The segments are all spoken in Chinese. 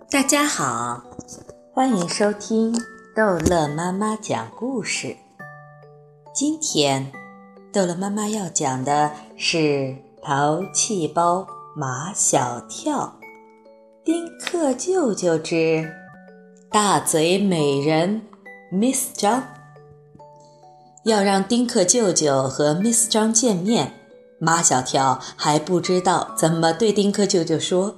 大家好，欢迎收听逗乐妈妈讲故事。今天逗乐妈妈要讲的是淘气包马小跳，丁克舅舅之大嘴美人 Miss 张。要让丁克舅舅和 Miss 张见面，马小跳还不知道怎么对丁克舅舅说。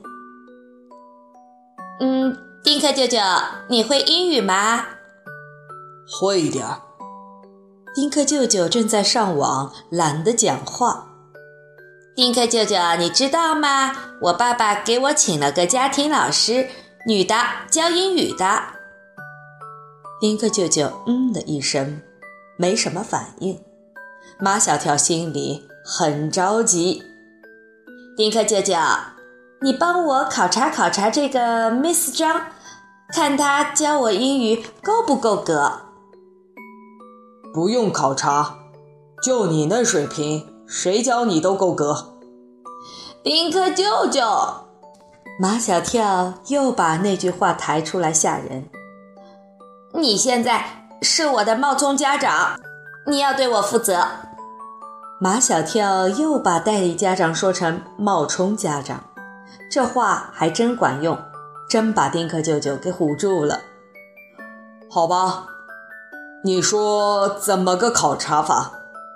丁克舅舅，你会英语吗？ 会一点。 丁克舅舅正在上网，懒得讲话。 丁克舅舅，你知道吗？我爸爸给我请了个家庭老师，女的，教英语的。 丁克舅舅了一声，没什么反应。马小跳心里很着急。 丁克舅舅，你帮我考察考察这个 Miss 张，看她教我英语够不够格。 不用考察，就你那水平，谁教你都够格。 丁克舅舅， 马小跳又把那句话抬出来吓人。 你现在是我的冒充家长，你要对我负责。 马小跳又把代理家长说成冒充家长，这话还真管用，真把丁克舅舅给唬住了。 好吧，你说怎么个考察法？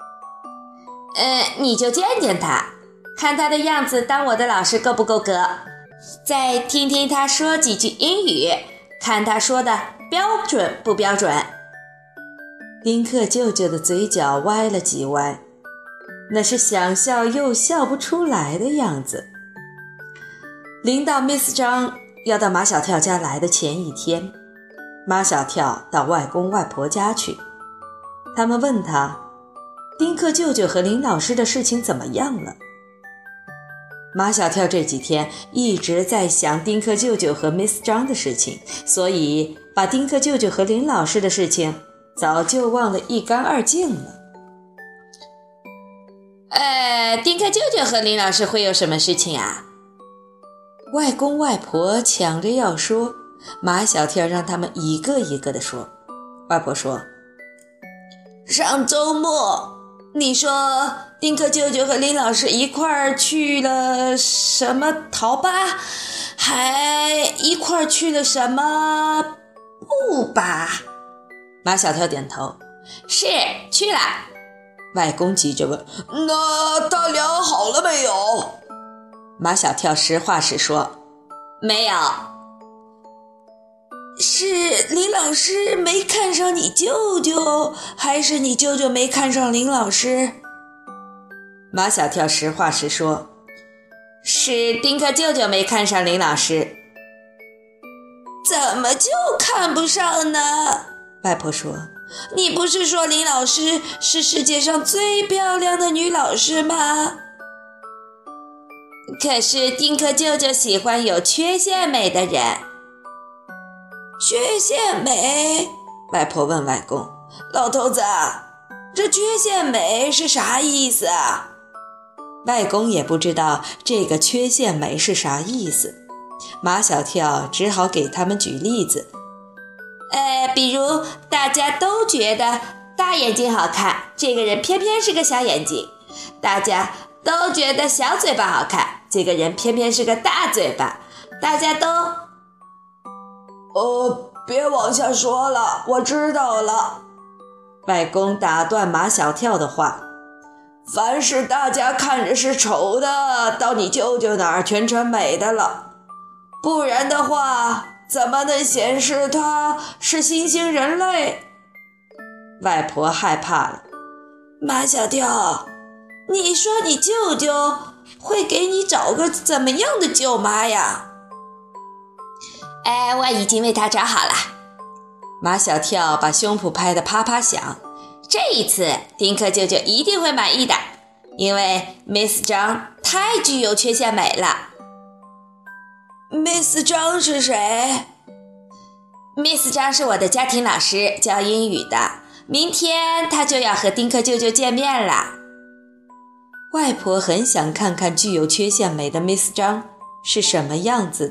你就见见他，看他的样子当我的老师够不够格，再听听他说几句英语，看他说的标准不标准。 丁克舅舅的嘴角歪了几歪，那是想笑又笑不出来的样子。临到 Miss 张要到马小跳家来的前一天，马小跳到外公外婆家去。他们问他，丁克舅舅和林老师的事情怎么样了？马小跳这几天一直在想丁克舅舅和 Miss 张的事情，所以把丁克舅舅和林老师的事情早就忘得一干二净了。 丁克舅舅和林老师会有什么事情啊？ 外公外婆抢着要说，马小跳让他们一个一个的说。外婆说， 上周末你说丁克舅舅和林老师一块儿去了什么淘吧，还一块儿去了什么布吧？ 马小跳点头， 是去了。 外公急着问， 那他俩好了没有？ 马小跳实话实说， 没有。是林老师没看上你舅舅，还是你舅舅没看上林老师？ 马小跳实话实说， 是丁克舅舅没看上林老师。怎么就看不上呢？ 外婆说， 你不是说林老师是世界上最漂亮的女老师吗？可是丁克舅舅喜欢有缺陷美的人。缺陷美？ 外婆问外公， 老头子，这缺陷美是啥意思啊？ 外公也不知道这个缺陷美是啥意思，马小跳只好给他们举例子。 比如大家都觉得大眼睛好看，这个人偏偏是个小眼睛；大家都觉得小嘴巴好看，这个人偏偏是个大嘴巴；大家都…… 别往下说了，我知道了。 外公打断马小跳的话， 凡是大家看着是丑的，到你舅舅那儿全成美的了，不然的话怎么能显示他是新兴人类？ 外婆害怕了。 马小跳，你说你舅舅会给你找个怎么样的舅妈呀？我已经为他找好了。 马小跳把胸脯拍得啪啪响， 这一次丁克舅舅一定会满意的，因为 Miss 张太具有缺陷美了。Miss 张是谁？ Miss 张是我的家庭老师，教英语的，明天她就要和丁克舅舅见面了。 外婆很想看看具有缺陷美的 Miss 张是什么样子的，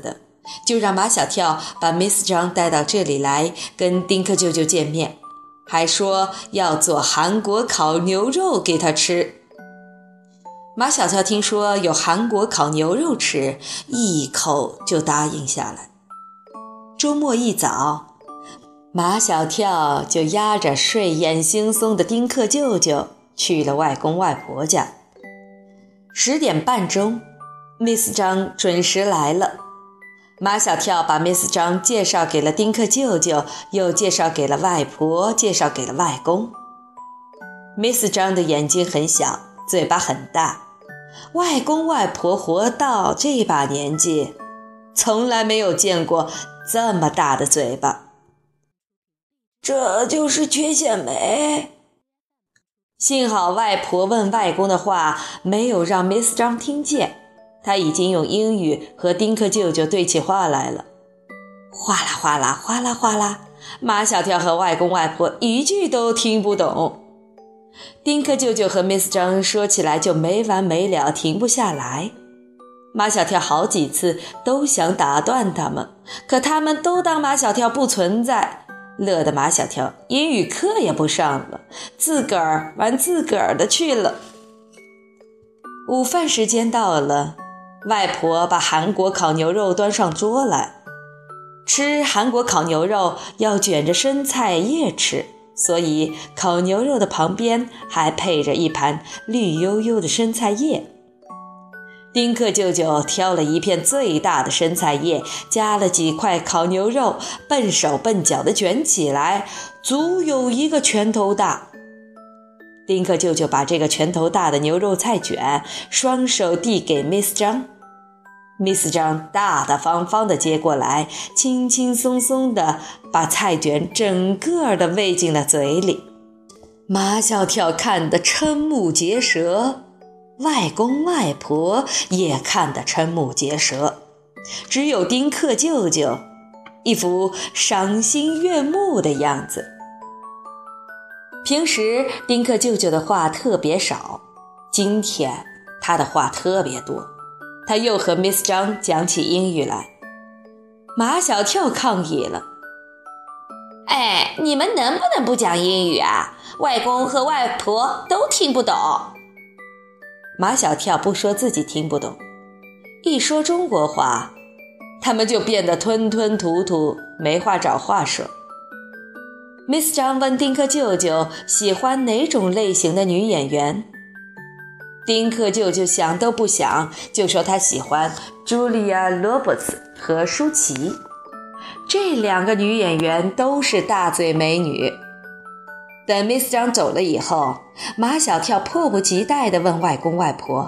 就让马小跳把 Miss 张带到这里来跟丁克舅舅见面，还说要做韩国烤牛肉给他吃。马小跳听说有韩国烤牛肉吃，一口就答应下来。周末一早，马小跳就押着睡眼惺忪的丁克舅舅去了外公外婆家。10点半钟 ，Miss 张准时来了。马小跳把 Miss 张介绍给了丁克舅舅，又介绍给了外婆，介绍给了外公。Miss 张的眼睛很小，嘴巴很大。外公外婆活到这把年纪，从来没有见过这么大的嘴巴。 这就是缺陷美。 幸好外婆问外公的话没有让 Miss 张听见，他已经用英语和丁克舅舅对起话来了。哗啦哗啦哗啦哗啦，马小跳和外公外婆一句都听不懂。丁克舅舅和 Miss 张说起来就没完没了，停不下来。马小跳好几次都想打断他们，可他们都当马小跳不存在，乐得马小跳英语课也不上了，自个儿玩自个儿的去了。午饭时间到了，外婆把韩国烤牛肉端上桌来。吃韩国烤牛肉要卷着生菜叶吃，所以烤牛肉的旁边还配着一盘绿油油的生菜叶。丁克舅舅挑了一片最大的生菜叶，加了几块烤牛肉，笨手笨脚地卷起来，足有一个拳头大。丁克舅舅把这个拳头大的牛肉菜卷双手递给 Miss 张。Miss 张大大方方地接过来，轻轻松松地把菜卷整个的喂进了嘴里。马小跳看得瞠目结舌，外公外婆也看得瞠目结舌，只有丁克舅舅一副赏心悦目的样子。平时丁克舅舅的话特别少，今天他的话特别多。他又和 Miss 张讲起英语来。马小跳抗议了： 哎，你们能不能不讲英语啊？外公和外婆都听不懂。 马小跳不说自己听不懂，一说中国话，他们就变得吞吞吐吐，没话找话说。Miss 张问丁克舅舅喜欢哪种类型的女演员，丁克舅舅想都不想就说他喜欢茱莉亚·罗伯茨和舒淇，这2个女演员都是大嘴美女。等 Miss 张走了以后，马小跳迫不及待地问外公外婆：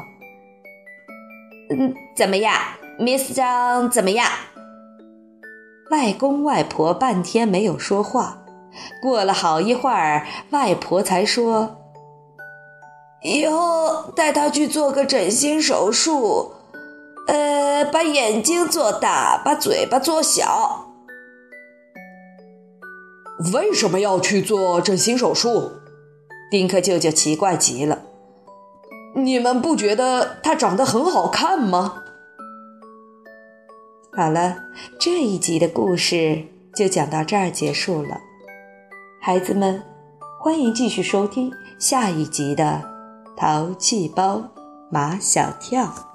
怎么样 ？Miss 张怎么样？ 外公外婆半天没有说话，过了好一会儿，外婆才说： 以后带他去做个整形手术，把眼睛做大，把嘴巴做小。 为什么要去做整形手术？ 丁克舅舅奇怪极了。 你们不觉得他长得很好看吗？ 好了，这一集的故事就讲到这儿结束了。孩子们，欢迎继续收听下一集的淘气包马小跳。